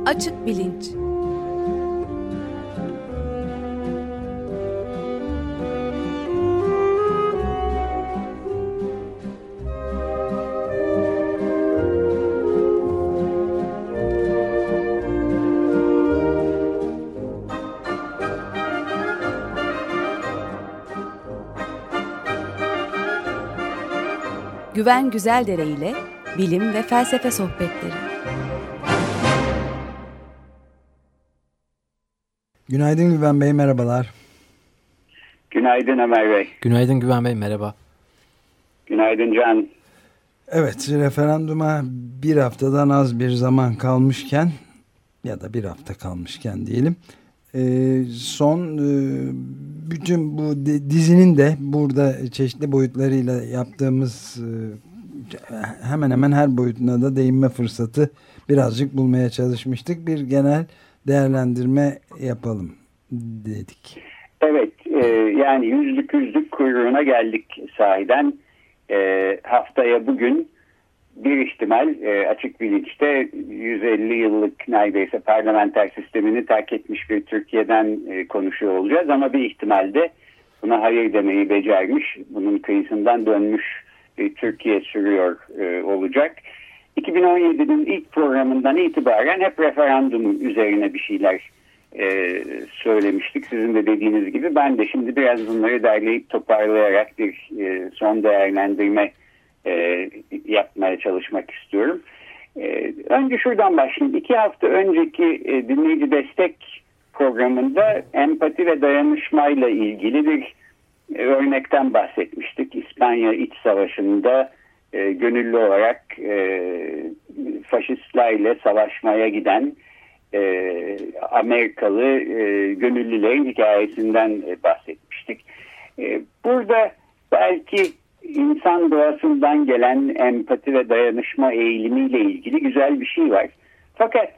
Açık bilinç. Güven Güzeldere ile bilim ve felsefe sohbetleri. Günaydın Güven Bey, merhabalar. Günaydın Ömer Bey. Günaydın Güven Bey, merhaba. Günaydın Can. Evet, referanduma bir haftadan az bir zaman kalmışken ya da bir hafta kalmışken diyelim. Bütün bu dizinin de burada çeşitli boyutlarıyla yaptığımız hemen hemen her boyutuna da değinme fırsatı birazcık bulmaya çalışmıştık. Bir genel değerlendirme yapalım dedik. Evet, yani yüzlük kuyruğuna geldik sahiden. Haftaya bugün bir ihtimal açık bilinçte 150 yıllık neredeyse parlamenter sistemini terk etmiş bir Türkiye'den konuşuyor olacağız. Ama bir ihtimalde buna hayır demeyi becermiş, bunun kıyısından dönmüş bir Türkiye sürüyor olacak. 2017'nin ilk programından itibaren hep referandumun üzerine bir şeyler söylemiştik. Sizin de dediğiniz gibi ben de şimdi biraz bunları derleyip toparlayarak bir son değerlendirme yapmaya çalışmak istiyorum. Önce şuradan başlayayım. 2 hafta önceki dinleyici destek programında empati ve dayanışmayla ilgili bir örnekten bahsetmiştik. İspanya İç Savaşı'nda gönüllü olarak faşistlerle savaşmaya giden Amerikalı gönüllülerin hikayesinden bahsetmiştik. Burada belki insan doğasından gelen empati ve dayanışma eğilimiyle ilgili güzel bir şey var. Fakat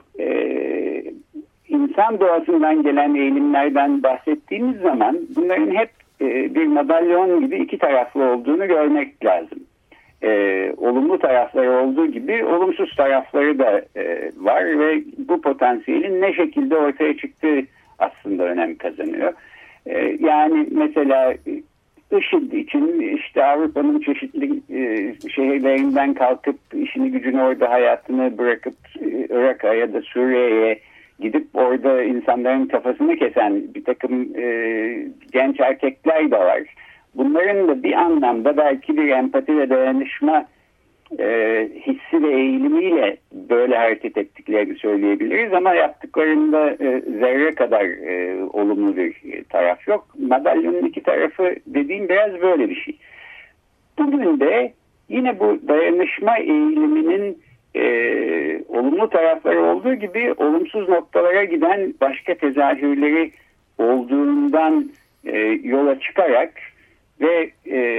insan doğasından gelen eğilimlerden bahsettiğimiz zaman bunların hep bir madalyon gibi iki taraflı olduğunu görmek lazım. Olumlu tarafları olduğu gibi olumsuz tarafları da var ve bu potansiyelin ne şekilde ortaya çıktığı aslında önem kazanıyor. Yani mesela IŞİD için işte Avrupa'nın çeşitli şehirlerinden kalkıp işini gücünü orada hayatını bırakıp Irak'a ya da Suriye'ye gidip orada insanların kafasını kesen bir takım genç erkekler de var. Bunların da bir anlamda belki bir empati ve dayanışma hissi ve eğilimiyle böyle hareket ettiklerini söyleyebiliriz ama yaptıklarında zerre kadar olumlu bir taraf yok. Madalyonun iki tarafı dediğim biraz böyle bir şey. Bugün de yine bu dayanışma eğiliminin olumlu tarafları olduğu gibi olumsuz noktalara giden başka tezahürleri olduğundan yola çıkarak ve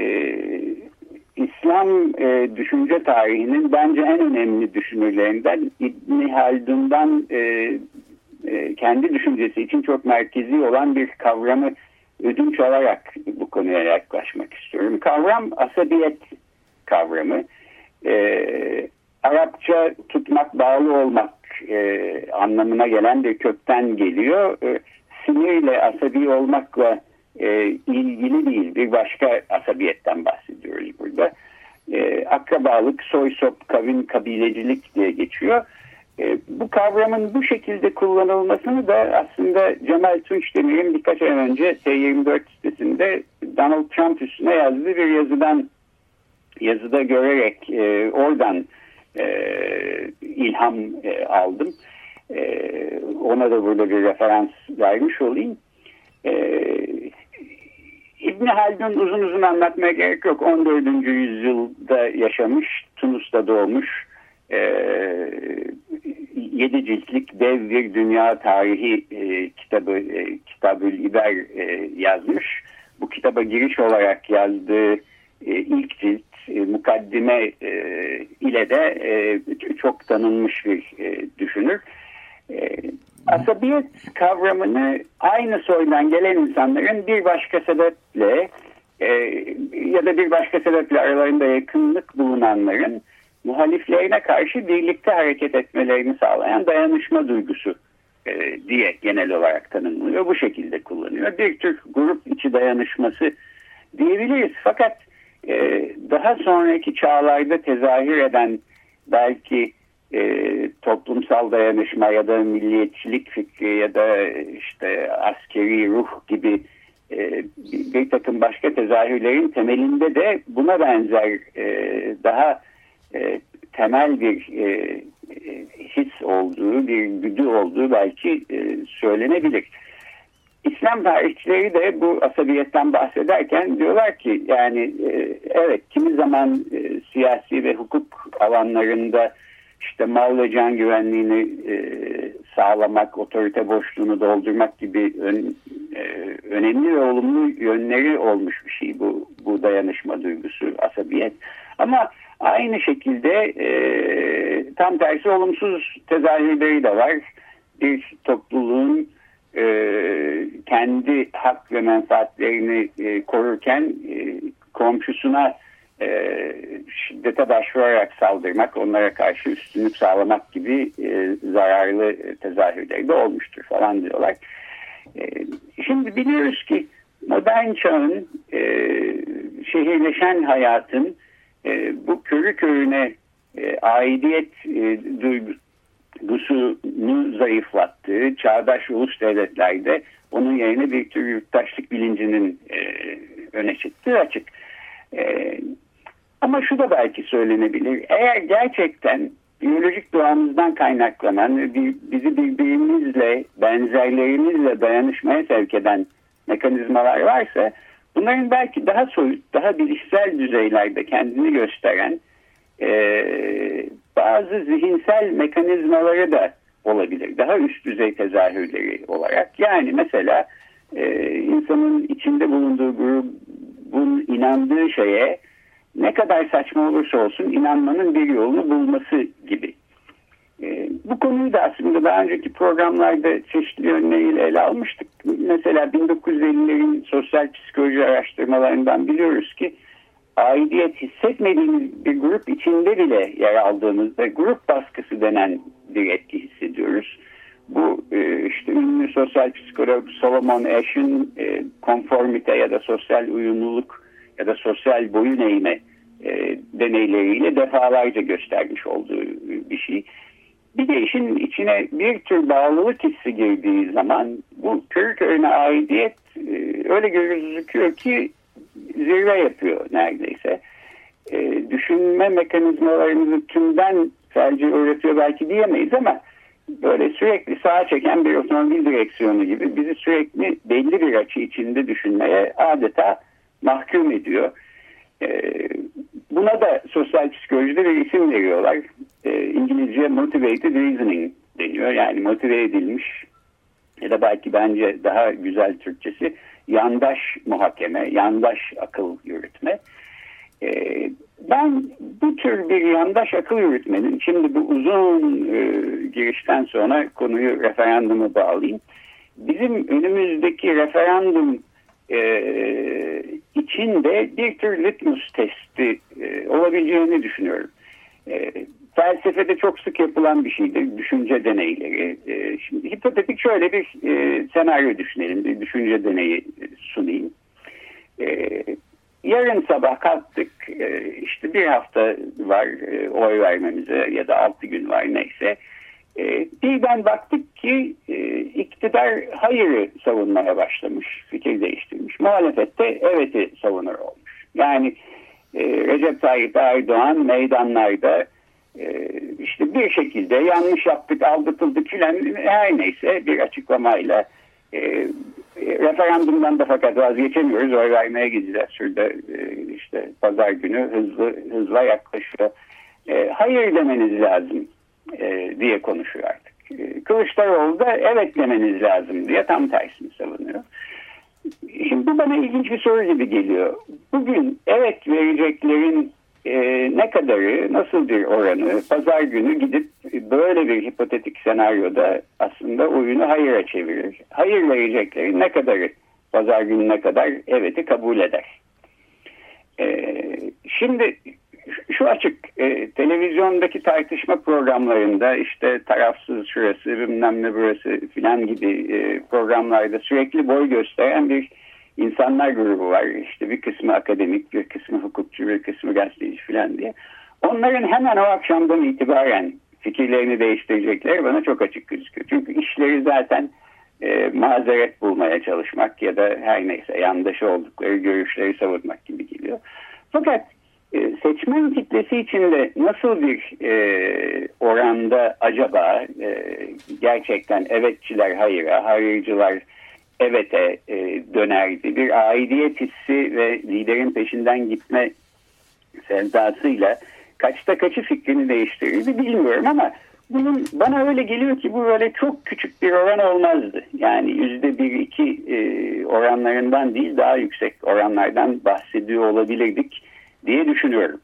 İslam düşünce tarihinin bence en önemli düşünürlerinden İbn Haldun'dan kendi düşüncesi için çok merkezi olan bir kavramı ödünç alarak bu konuya yaklaşmak istiyorum. Kavram asabiyet kavramı. Arapça tutmak, bağlı olmak anlamına gelen bir kökten geliyor. Sinirle, asabi olmakla ilgili değil, bir başka asabiyetten bahsediyoruz burada. Akrabalık, soy sop, kavim, kabilecilik diye geçiyor. Bu kavramın bu şekilde kullanılmasını da aslında Cemal Tunçdemir'in birkaç ay önce T24 sitesinde Donald Trump üstüne yazdığı bir yazıda görerek oradan ilham aldım. Ona da burada bir referans vermiş olayım. İbn Haldun uzun uzun anlatmaya gerek yok. 14. yüzyılda yaşamış, Tunus'ta doğmuş, 7 ciltlik dev bir dünya tarihi Kitab-ül İber yazmış. Bu kitaba giriş olarak yazdığı ilk cilt mukaddime ile de çok tanınmış bir düşünür. Asabiyet kavramını aynı soydan gelen insanların bir başka sebeple ya da bir başka sebeple aralarında yakınlık bulunanların muhaliflerine karşı birlikte hareket etmelerini sağlayan dayanışma duygusu diye genel olarak tanımlıyor. Bu şekilde kullanıyor. Bir tür grup içi dayanışması diyebiliriz. Fakat daha sonraki çağlarda tezahür eden belki toplumsal dayanışma ya da milliyetçilik fikri ya da işte askeri ruh gibi bir takım başka tezahürlerin temelinde de buna benzer daha temel bir his olduğu, bir güdü olduğu belki söylenebilir. İslam tarihçileri de bu asabiyetten bahsederken diyorlar ki yani evet kimi zaman siyasi ve hukuk alanlarında işte mal ve can güvenliğini sağlamak, otorite boşluğunu doldurmak gibi önemli ve olumlu yönleri olmuş bir şey bu dayanışma duygusu, asabiyet. Ama aynı şekilde tam tersi olumsuz tezahürleri de var. Bir topluluğun kendi hak ve menfaatlerini korurken komşusuna şiddete başvurarak saldırmak, onlara karşı üstünlük sağlamak gibi zararlı tezahürleri de olmuştur falan diyorlar. Şimdi biliyoruz ki modern çağın şehirleşen hayatın bu körü körüne aidiyet duygusunu zayıflattığı çağdaş ulus devletlerde onun yerine bir tür yurttaşlık bilincinin öne çıktığı açık. Ama şu da belki söylenebilir. Eğer gerçekten biyolojik doğamızdan kaynaklanan, bizi birbirimizle, benzerlerimizle dayanışmaya sevk eden mekanizmalar varsa, bunların belki daha soyut, daha bilişsel düzeylerde kendini gösteren bazı zihinsel mekanizmaları da olabilir. Daha üst düzey tezahürleri olarak. Yani mesela insanın içinde bulunduğu grubun inandığı şeye ne kadar saçma olursa olsun inanmanın bir yolunu bulması gibi. Bu konuyu da aslında daha önceki programlarda çeşitli yönleriyle ele almıştık. Mesela 1950'lerin sosyal psikoloji araştırmalarından biliyoruz ki aidiyet hissetmediğimiz bir grup içinde bile yer aldığımızda grup baskısı denen bir etki hissediyoruz. Bu işte ünlü sosyal psikolog Solomon Asch'in konformite ya da sosyal uyumluluk ya da sosyal boyun eğme deneyleriyle defalarca göstermiş olduğu bir şey. Bir de işin içine bir tür bağlılık hissi girdiği zaman bu körü körüne aidiyet öyle gözüküyor ki zirve yapıyor neredeyse. Düşünme mekanizmalarımızı tümden sadece öğretiyor belki diyemeyiz ama böyle sürekli sağa çeken bir otomobil direksiyonu gibi bizi sürekli belli bir açı içinde düşünmeye adeta mahkum ediyor. Buna da sosyal psikolojide bir isim veriyorlar. İngilizce motivated reasoning deniyor. Yani motive edilmiş ya da belki bence daha güzel Türkçesi yandaş muhakeme, yandaş akıl yürütme. Ben bu tür bir yandaş akıl yürütmenin, şimdi bu uzun girişten sonra konuyu referanduma bağlayayım. Bizim önümüzdeki referandum içinde bir tür litmus testi olabileceğini düşünüyorum. Felsefede çok sık yapılan bir şeydir. Düşünce deneyleri. Şimdi hipotetik şöyle bir senaryo düşünelim. Bir düşünce deneyi sunayım. Yarın sabah kalktık. İşte bir hafta var oy vermemize ya da 6 gün var neyse. Birden baktık ki iktidar hayırı savunmaya başlamış. Fikir değiştirmiş. Muhalefette evet'i savunur olmuş. Yani Recep Tayyip Erdoğan meydanlarda işte bir şekilde yanlış yaptık, aldatıldık filan her neyse bir açıklamayla referandumdan da fakat vazgeçemiyoruz. Oy vermeye gideceğiz. Şurada işte pazar günü hızla yaklaşıyor. Hayır demeniz lazım diye konuşuyor artık. Kılıçdaroğlu da evet demeniz lazım diye tam tersini savunuyor. Şimdi bu bana ilginç bir soru gibi geliyor. Bugün evet vereceklerin ne kadarı, nasıl bir oranı pazar günü gidip böyle bir hipotetik senaryoda aslında oyunu hayıra çevirir. Hayır vereceklerin ne kadarı pazar gününe kadar evet'i kabul eder. Şimdi şu açık, televizyondaki tartışma programlarında işte tarafsız şurası bilmem ne burası filan gibi programlarda sürekli boy gösteren bir insanlar grubu var. İşte bir kısmı akademik, bir kısmı hukukçu, bir kısmı gazeteci filan diye. Onların hemen o akşamdan itibaren fikirlerini değiştirecekleri bana çok açık gözüküyor. Çünkü işleri zaten mazeret bulmaya çalışmak ya da her neyse yandaşı oldukları görüşleri savunmak gibi geliyor. Fakat seçmen kitlesi içinde nasıl bir oranda acaba gerçekten evetçiler hayıra, hayırcılar evete dönerdi? Bir aidiyet hissi ve liderin peşinden gitme sevdasıyla kaçta kaçı fikrini değiştirirdi bilmiyorum ama bunun bana öyle geliyor ki bu böyle çok küçük bir oran olmazdı. Yani %1-2 oranlarından değil daha yüksek oranlardan bahsediyor olabilirdik diye düşünüyorum.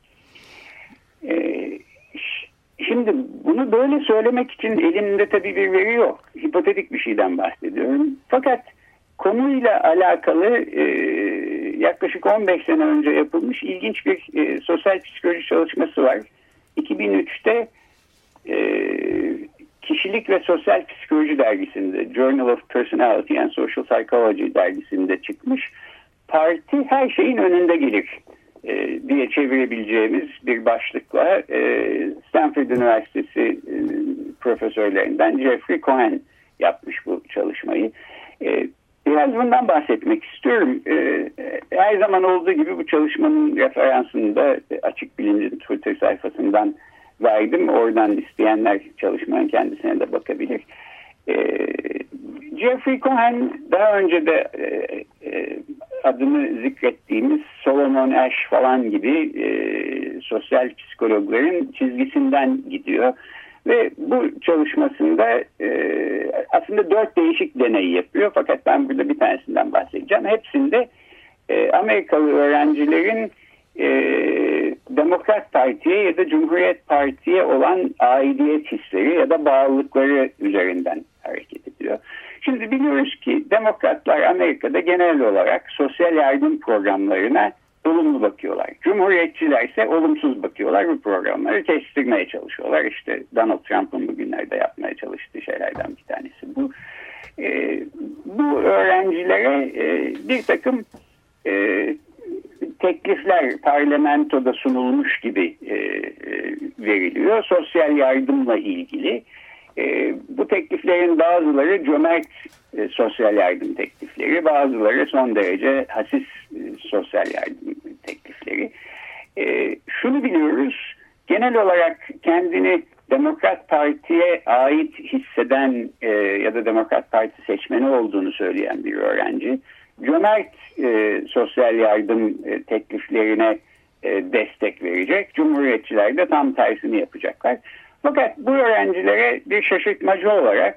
Şimdi bunu böyle söylemek için elimde tabii bir veri yok. Hipotetik bir şeyden bahsediyorum. Fakat konuyla alakalı yaklaşık 15 sene önce yapılmış ilginç bir sosyal psikoloji çalışması var. 2003'te Kişilik ve Sosyal Psikoloji dergisinde, Journal of Personality and Social Psychology dergisinde çıkmış. Parti her şeyin önünde gelir diye çevirebileceğimiz bir başlıkla Stanford Üniversitesi profesörlerinden Jeffrey Cohen yapmış bu çalışmayı. Biraz bundan bahsetmek istiyorum. Her zaman olduğu gibi bu çalışmanın referansını da Açık Bilinc'in Twitter sayfasından verdim. Oradan isteyenler çalışmanın kendisine de bakabilir. Jeffrey Cohen daha önce de adını zikrettiğimiz Solomon Asch falan gibi sosyal psikologların çizgisinden gidiyor. Ve bu çalışmasında aslında 4 değişik deney yapıyor. Fakat ben burada bir tanesinden bahsedeceğim. Hepsinde Amerikalı öğrencilerin Demokrat Parti'ye ya da Cumhuriyet Parti'ye olan aidiyet hisleri ya da bağlılıkları üzerinden hareket ediyor. Şimdi biliyoruz ki Demokratlar Amerika'da genel olarak sosyal yardım programlarına olumlu bakıyorlar. Cumhuriyetçiler ise olumsuz bakıyorlar. Bu programları kestirmeye çalışıyorlar. İşte Donald Trump'ın bugünlerde yapmaya çalıştığı şeylerden bir tanesi bu. Bu öğrencilere bir takım teklifler parlamentoda sunulmuş gibi veriliyor. Sosyal yardımla ilgili. Bu tekliflerin bazıları cömert sosyal yardım teklifleri, bazıları son derece hasis sosyal yardım teklifleri. Şunu biliyoruz, genel olarak kendini Demokrat Parti'ye ait hisseden ya da Demokrat Parti seçmeni olduğunu söyleyen bir öğrenci, cömert sosyal yardım tekliflerine destek verecek. Cumhuriyetçiler de tam tersini yapacaklar. Fakat bu öğrencilere bir şaşırtmacı olarak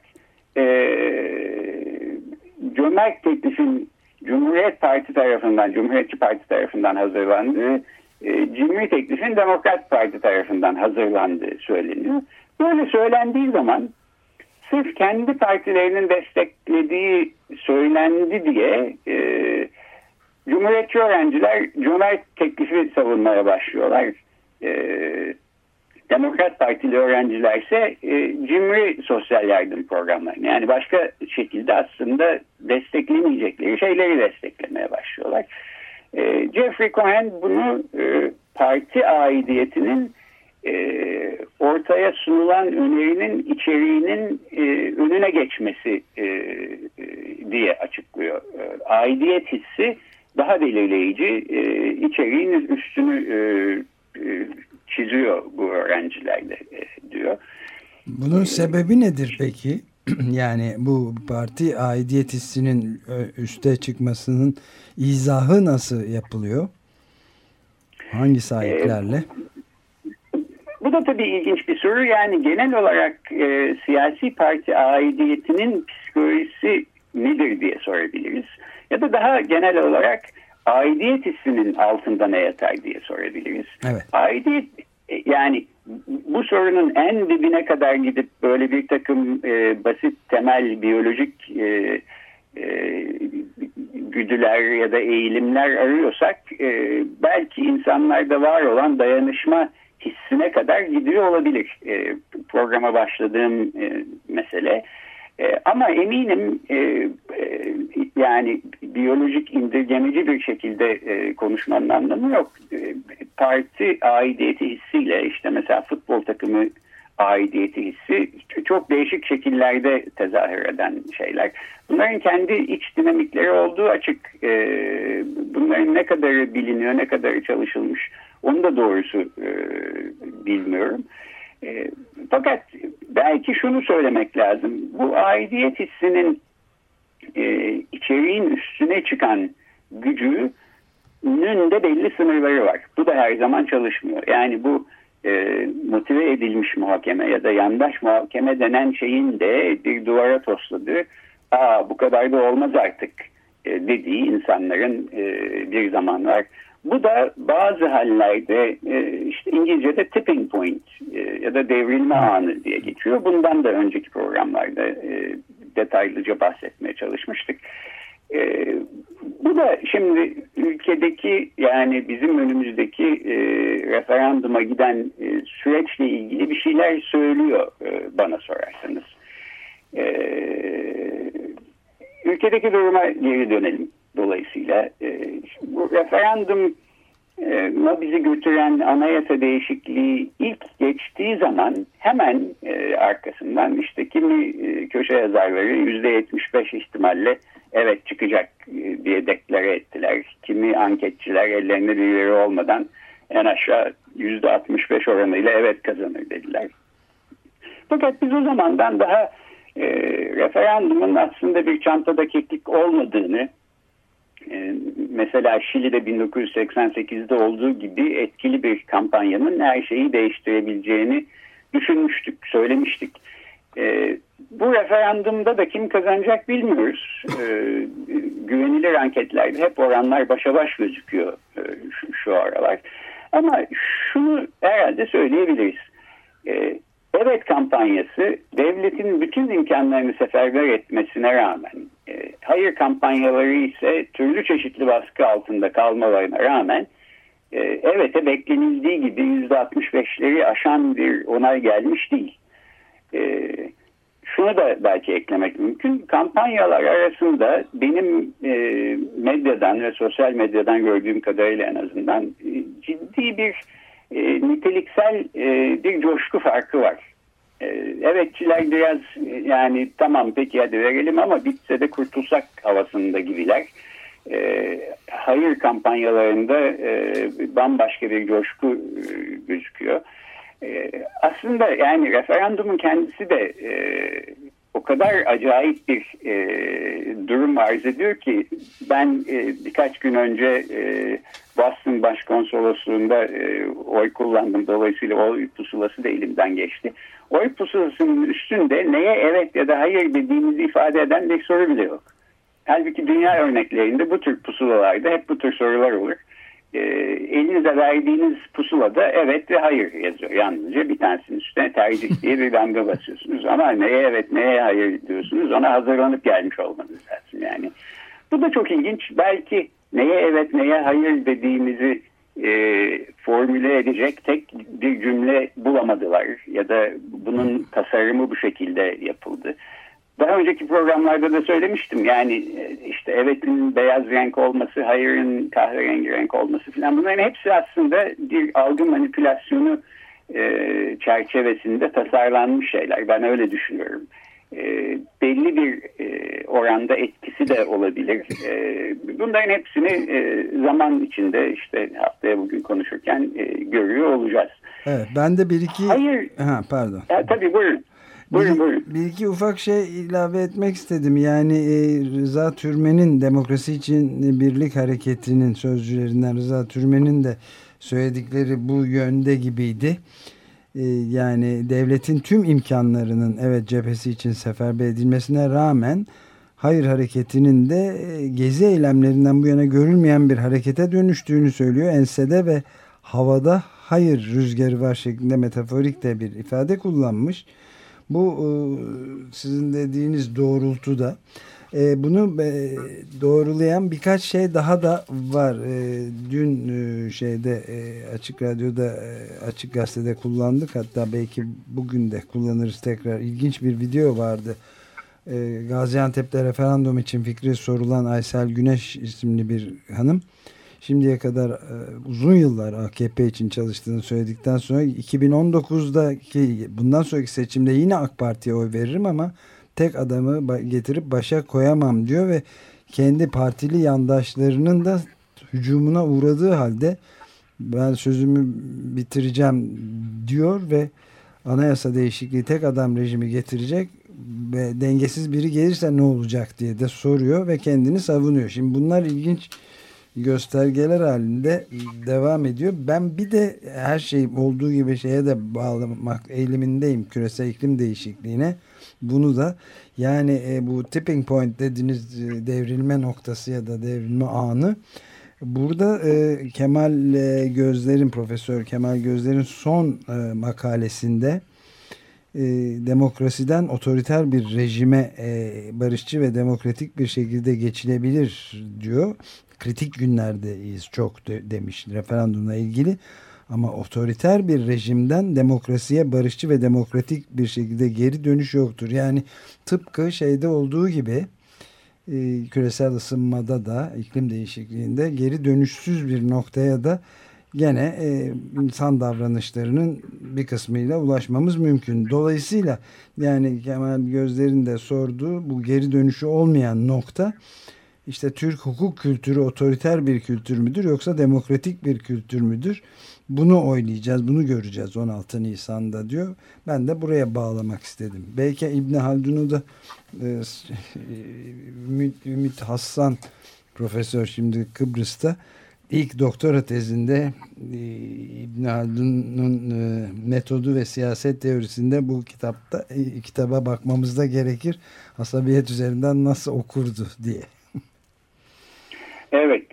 cömert teklifin Cumhuriyet Parti tarafından, Cumhuriyetçi Parti tarafından hazırlandığı, cimri teklifin Demokrat Parti tarafından hazırlandığı söyleniyor. Böyle söylendiği zaman sırf kendi partilerinin desteklediği söylendi diye Cumhuriyetçi öğrenciler cömert teklifi savunmaya başlıyorlar. Demokrat Partili öğrenciler ise cimri sosyal yardım programlarını, yani başka şekilde aslında desteklemeyecekleri şeyleri desteklemeye başlıyorlar. Jeffrey Cohen bunu parti aidiyetinin ortaya sunulan önerinin içeriğinin önüne geçmesi diye açıklıyor. Aidiyet hissi daha belirleyici, içeriğin üstünü çiziyor bu öğrencilerde diyor. Bunun sebebi nedir peki? Yani bu parti aidiyet hissinin üste çıkmasının izahı nasıl yapılıyor? Hangi sahiplerle? Bu da tabii ilginç bir soru. Yani genel olarak siyasi parti aidiyetinin psikolojisi nedir diye sorabiliriz. Ya da daha genel olarak aidiyet hissinin altında ne yatar diye sorabiliriz. Evet. Aidiyet, yani bu sorunun en dibine kadar gidip böyle bir takım basit temel biyolojik içgüdüler ya da eğilimler arıyorsak belki insanlarda var olan dayanışma hissine kadar gidiyor olabilir. Programa başladığım mesele. Ama eminim yani biyolojik indirgemeci bir şekilde konuşmanın anlamı yok. Parti aidiyeti hissiyle işte mesela futbol takımı aidiyeti hissi çok değişik şekillerde tezahür eden şeyler. Bunların kendi iç dinamikleri olduğu açık. Bunların ne kadarı biliniyor, ne kadarı çalışılmış onu da doğrusu bilmiyorum. Fakat belki şunu söylemek lazım. Bu aidiyet hissinin içeriğin üstüne çıkan gücünün de belli sınırları var. Bu da her zaman çalışmıyor. Yani bu motive edilmiş muhakeme ya da yandaş muhakeme denen şeyin de bir duvara tosladığı, bu kadar da olmaz artık dediği insanların bir zamanlar. Bu da bazı hallerde işte İngilizce'de tipping point ya da devrilme anı diye geçiyor. Bundan da önceki programlarda detaylıca bahsetmeye çalışmıştık. Bu da şimdi ülkedeki yani bizim önümüzdeki referanduma giden süreçle ilgili bir şeyler söylüyor bana sorarsanız. Ülkedeki duruma geri dönelim dolayısıyla. Bu referanduma bizi götüren anayasa değişikliği ilk geçtiği zaman hemen arkasından işte kimi köşe yazarları %75 ihtimalle evet çıkacak diye deklare ettiler. Kimi anketçiler ellerinde bir veri olmadan en aşağı %65 oranıyla evet kazanır dediler. Fakat biz o zamandan daha referandumun aslında bir çantada keklik olmadığını, mesela Şili'de 1988'de olduğu gibi etkili bir kampanyanın her şeyi değiştirebileceğini düşünmüştük, söylemiştik. Bu referandumda da kim kazanacak bilmiyoruz. Güvenilir anketlerde hep oranlar başa baş gözüküyor şu aralar. Ama şunu herhalde söyleyebiliriz. Evet kampanyası devletin bütün imkanlarını seferber etmesine rağmen, hayır kampanyaları ise türlü çeşitli baskı altında kalmalarına rağmen evet'e beklenildiği gibi %65'leri aşan bir onay gelmiş değil. Şunu da belki eklemek mümkün. Kampanyalar arasında benim medyadan ve sosyal medyadan gördüğüm kadarıyla en azından ciddi bir niteliksel bir coşku farkı var. Evetçiler biraz yani tamam peki hadi verelim ama bitse de kurtulsak havasında gibiler. Hayır kampanyalarında bambaşka bir coşku gözüküyor. Aslında yani referandumun kendisi de o kadar acayip bir durum arz ediyor ki ben birkaç gün önce Boston Başkonsolosluğu'nda oy kullandım. Dolayısıyla oy pusulası da elimden geçti. Oy pusulasının üstünde neye evet ya da hayır dediğimizi ifade eden bir soru bile yok. Halbuki dünya örneklerinde bu tür pusulalarda hep bu tür sorular olur. Elinize verdiğiniz pusulada evet ve hayır yazıyor. Yalnızca bir tanesinin üstüne tercih diye bir damga basıyorsunuz. Ama neye evet neye hayır diyorsunuz, ona hazırlanıp gelmiş olmanız lazım. Yani bu da çok ilginç. Belki neye evet neye hayır dediğimizi formüle edecek tek bir cümle bulamadılar. Ya da bunun tasarımı bu şekilde yapıldı. Daha önceki programlarda da söylemiştim. Yani işte evet'in beyaz renk olması, hayırın kahverengi renk olması falan, bunların hepsi aslında bir algı manipülasyonu çerçevesinde tasarlanmış şeyler. Ben öyle düşünüyorum. Belli bir oranda etkisi de olabilir. Bunların hepsini zaman içinde işte haftaya bugün konuşurken görüyor olacağız. Evet, ben de bir iki... Hayır. Pardon. Tabii buyurun. Buyurun. Bir iki ufak şey ilave etmek istedim. Yani Rıza Türmen'in Demokrasi İçin Birlik Hareketi'nin sözcülerinden Rıza Türmen'in de söyledikleri bu yönde gibiydi. Yani devletin tüm imkanlarının evet cephesi için seferber edilmesine rağmen hayır hareketinin de gezi eylemlerinden bu yana görülmeyen bir harekete dönüştüğünü söylüyor. Ensede ve havada hayır rüzgarı var şeklinde metaforik de bir ifade kullanmış. Bu sizin dediğiniz doğrultuda. Bunu doğrulayan birkaç şey daha da var. Dün Açık Radyo'da, Açık Gazete'de kullandık. Hatta belki bugün de kullanırız tekrar. İlginç bir video vardı. Gaziantep'te referandum için fikri sorulan Aysel Güneş isimli bir hanım. Şimdiye kadar uzun yıllar AKP için çalıştığını söyledikten sonra 2019'daki bundan sonraki seçimde yine AK Parti'ye oy veririm ama tek adamı getirip başa koyamam diyor ve kendi partili yandaşlarının da hücumuna uğradığı halde ben sözümü bitireceğim diyor ve anayasa değişikliği tek adam rejimi getirecek ve dengesiz biri gelirse ne olacak diye de soruyor ve kendini savunuyor. Şimdi bunlar ilginç göstergeler halinde devam ediyor. Ben bir de her şey olduğu gibi şeye de bağlamak eğilimindeyim, küresel iklim değişikliğine. Bunu da yani bu tipping point dediğiniz devrilme noktası ya da devrilme anı. Burada Profesör Kemal Gözler'in son makalesinde demokrasiden otoriter bir rejime barışçı ve demokratik bir şekilde geçilebilir diyor. Kritik günlerdeyiz çok demiş referandumla ilgili. Ama otoriter bir rejimden demokrasiye barışçı ve demokratik bir şekilde geri dönüş yoktur. Yani tıpkı şeyde olduğu gibi küresel ısınmada da iklim değişikliğinde geri dönüşsüz bir noktaya da gene insan davranışlarının bir kısmıyla ulaşmamız mümkün. Dolayısıyla yani Kemal Gözler'in de sorduğu bu geri dönüşü olmayan nokta işte Türk hukuk kültürü otoriter bir kültür müdür yoksa demokratik bir kültür müdür? Bunu oylayacağız, bunu göreceğiz 16 Nisan'da diyor. Ben de buraya bağlamak istedim. Belki İbn Haldun'u da Ümit Hassan profesör şimdi Kıbrıs'ta ilk doktora tezinde İbn Haldun'un metodu ve siyaset teorisinde bu kitaba bakmamız da gerekir. Asabiyet üzerinden nasıl okurdu diye. Evet,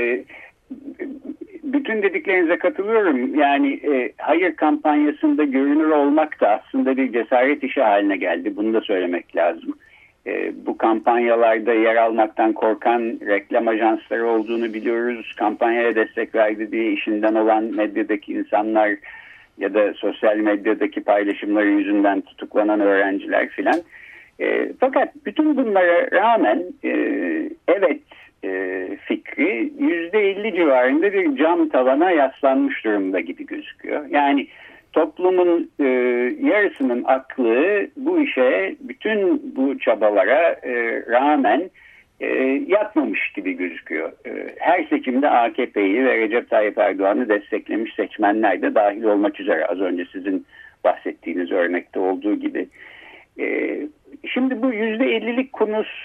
bütün dediklerinize katılıyorum. Yani hayır kampanyasında görünür olmak da aslında bir cesaret işi haline geldi. Bunu da söylemek lazım. Bu kampanyalarda yer almaktan korkan reklam ajansları olduğunu biliyoruz. Kampanyaya destek verdi diye işinden olan medyadaki insanlar ya da sosyal medyadaki paylaşımları yüzünden tutuklanan öğrenciler filan. Fakat bütün bunlara rağmen evet fikri %50 civarında bir cam tavana yaslanmış durumda gibi gözüküyor. Yani toplumun yarısının aklı bu işe, bütün bu çabalara rağmen yatmamış gibi gözüküyor. Her seçimde AKP'yi ve Recep Tayyip Erdoğan'ı desteklemiş seçmenler de dahil olmak üzere, az önce sizin bahsettiğiniz örnekte olduğu gibi. Şimdi bu %50'lik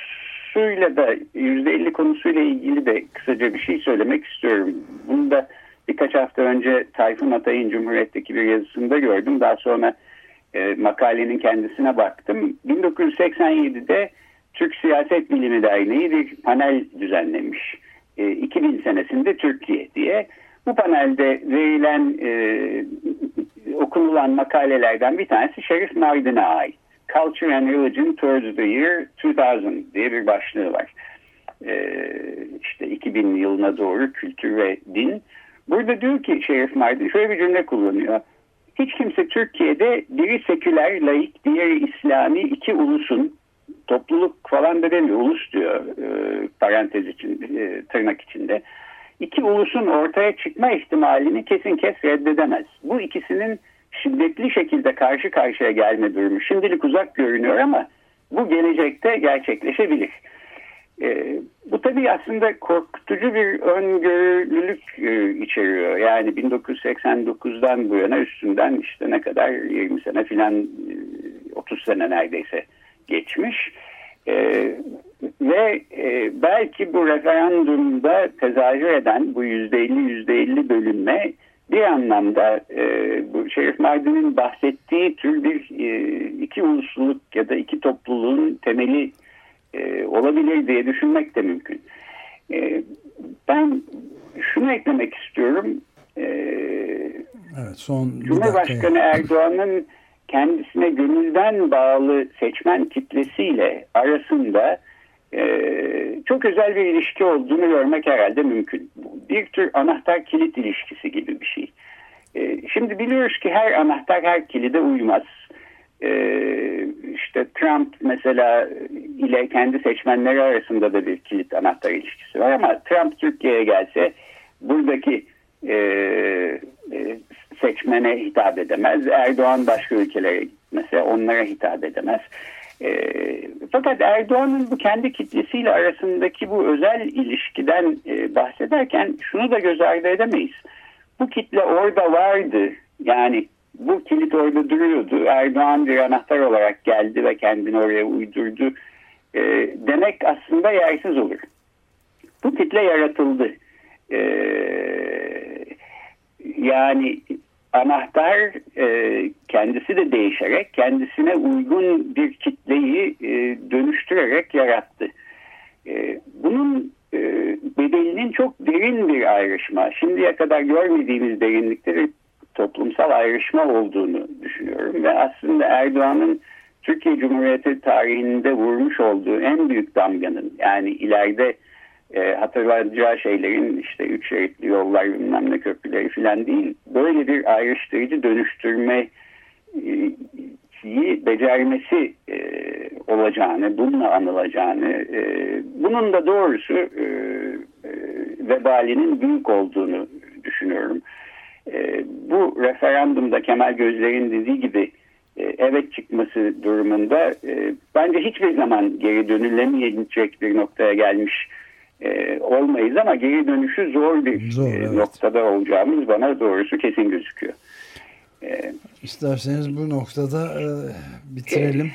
%50 konusuyla ilgili de kısaca bir şey söylemek istiyorum. Bunu da birkaç hafta önce Tayfun Atay'ın Cumhuriyet'teki bir yazısında gördüm. Daha sonra makalenin kendisine baktım. 1987'de Türk Siyaset Bilimi Derneği bir panel düzenlemiş. 2000 senesinde Türkiye diye. Bu panelde verilen, okunulan makalelerden bir tanesi Şerif Mardin'e ait. Culture and Religion Towards the Year 2000 diye bir başlığı var. İşte 2000 yılına doğru kültür ve din. Burada diyor ki Şerif Mardin şöyle bir cümle kullanıyor. Hiç kimse Türkiye'de biri seküler, laik, diğeri İslami iki ulusun, topluluk falan da demiyor, ulus diyor parantez içinde, tırnak içinde. İki ulusun ortaya çıkma ihtimalini kesin kes reddedemez. Bu ikisinin şiddetli şekilde karşı karşıya gelme durumu şimdilik uzak görünüyor ama bu gelecekte gerçekleşebilir. Bu tabii aslında korkutucu bir öngörülülük içeriyor. Yani 1989'dan bu yana üstünden işte ne kadar 20 sene filan 30 sene neredeyse geçmiş. Ve belki bu referandumda tezahür eden bu %50 bölünme bir anlamda bu Şerif Mardin'in bahsettiği tür bir iki ulusluluk ya da iki topluluğun temeli olabilir diye düşünmek de mümkün. Ben şunu eklemek istiyorum. Evet, Cumhurbaşkanı Erdoğan'ın kendisine gönülden bağlı seçmen kitlesiyle arasında çok özel bir ilişki olduğunu görmek herhalde mümkün. Bir tür anahtar kilit ilişkisi gibi bir şey. Şimdi biliyoruz ki her anahtar her kilide uymaz. İşte Trump mesela ile kendi seçmenleri arasında da bir kilit anahtar ilişkisi var ama Trump Türkiye'ye gelse buradaki seçmene hitap edemez. Erdoğan başka ülkelere gitmese onlara hitap edemez. Fakat Erdoğan'ın bu kendi kitlesiyle arasındaki bu özel ilişkiden bahsederken şunu da göz ardı edemeyiz. Bu kitle orada vardı. Yani bu kilit orada duruyordu. Erdoğan bir anahtar olarak geldi ve kendini oraya uydurdu. Demek aslında yersiz olur. Bu kitle yaratıldı. Yani anahtar kendisi de değişerek kendisine uygun bir kitleyi dönüştürerek yarattı. Bunun bedelinin çok derin bir ayrışma, şimdiye kadar görmediğimiz derinlikte bir toplumsal ayrışma olduğunu düşünüyorum. Ve aslında Erdoğan'ın Türkiye Cumhuriyeti tarihinde vurmuş olduğu en büyük damganın, yani ileride hatırlanacağı şeylerin işte 3 şeritli yollar bilmem ne köprüleri falan değil, böyle bir ayrıştırıcı dönüştürmeyi becermesi olacağını, bununla anılacağını, bunun da doğrusu vebalinin büyük olduğunu düşünüyorum. Bu referandumda Kemal Gözler'in dediği gibi evet çıkması durumunda bence hiçbir zaman geri dönülemeyecek bir noktaya gelmiş olmayız ama geri dönüşü zor bir evet, noktada olacağımız bana doğrusu kesin gözüküyor. İsterseniz bu noktada bitirelim.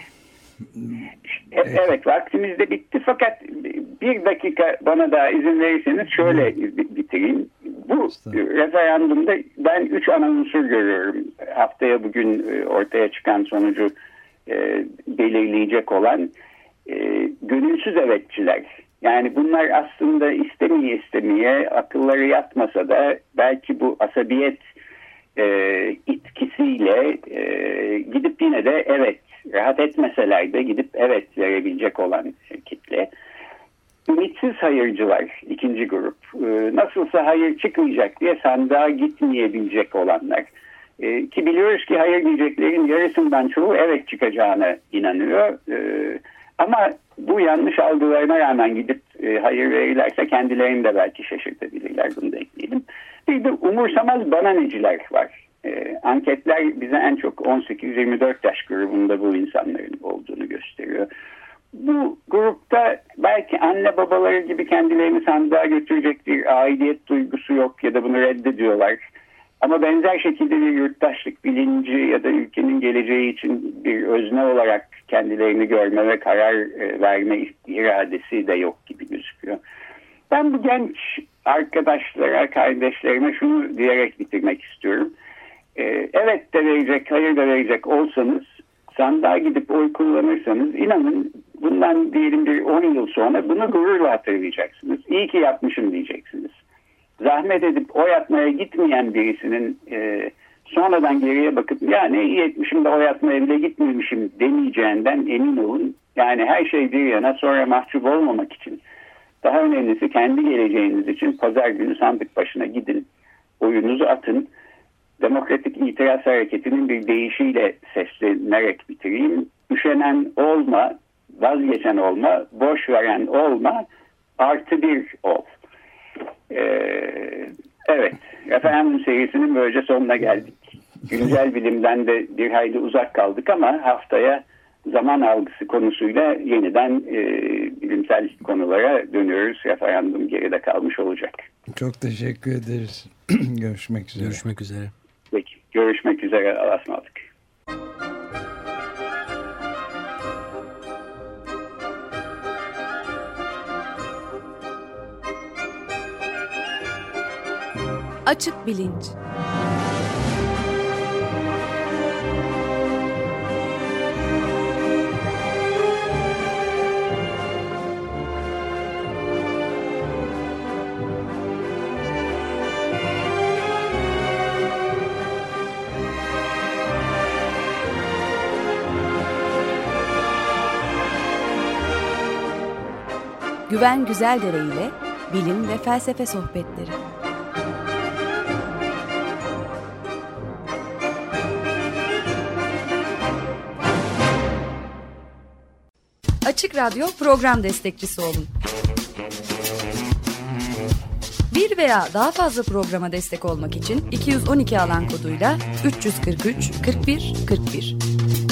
Evet, vaktimiz de bitti fakat bir dakika bana daha izin verirseniz şöyle bitireyim. Bu referandumda ben 3 ana unsur görüyorum. Haftaya bugün ortaya çıkan sonucu belirleyecek olan gönülsüz evetçiler. Yani bunlar aslında istemeye akılları yatmasa da belki bu asabiyet itkisiyle gidip yine de evet, rahat etmeseler de gidip evet verebilecek olan kitle. Ümitsiz hayırcılar, ikinci grup. Nasılsa hayır çıkmayacak diye sandığa gitmeyebilecek olanlar. Ki biliyoruz ki hayır diyeceklerin yarısından çoğu evet çıkacağına inanıyor. Ama bu yanlış algılarına rağmen gidip hayır verirlerse kendilerini de belki şaşırtabilirler, bunu da ekleyelim. Bir de umursamaz bananeciler var. Anketler bize en çok 18-24 yaş grubunda bu insanların olduğunu gösteriyor. Bu grupta belki anne babaları gibi kendilerini sandığa götürecek bir aidiyet duygusu yok ya da bunu reddediyorlar. Ama benzer şekilde bir yurttaşlık bilinci ya da ülkenin geleceği için bir özne olarak kendilerini görme ve karar verme iradesi de yok gibi gözüküyor. Ben bu genç arkadaşlara, kardeşlerime şunu diyerek bitirmek istiyorum. Evet de verecek, hayır da verecek olsanız, sandığa gidip oy kullanırsanız inanın bundan diyelim bir 10 yıl sonra bunu gururla hatırlayacaksınız. İyi ki yapmışım diyeceksiniz. Zahmet edip oy atmaya gitmeyen birisinin sonradan geriye bakıp ya ne iyi etmişim de oy atmaya bile gitmemişim demeyeceğinden emin olun. Yani her şey bir yana, sonra mahcup olmamak için, daha önemlisi kendi geleceğiniz için pazar günü sandık başına gidin, oyunuzu atın. Demokratik İtiraz Hareketi'nin bir deyişiyle seslenerek bitireyim. Üşenen olma, vazgeçen olma, boş veren olma, +1 ol. Evet, referandum serisinin böylece sonuna geldik. Güncel bilimden de bir hayli uzak kaldık ama haftaya zaman algısı konusuyla yeniden bilimsel konulara dönüyoruz. Referandum geride kalmış olacak. Çok teşekkür ederiz. Görüşmek üzere. Görüşmek üzere. Peki, görüşmek üzere. Allah'a ısmarladık. Açık Bilinç. Güven Güzeldere ile bilim ve felsefe sohbetleri. Açık Radyo program destekçisi olun. Bir veya daha fazla programa destek olmak için 212 alan koduyla 343 41 41.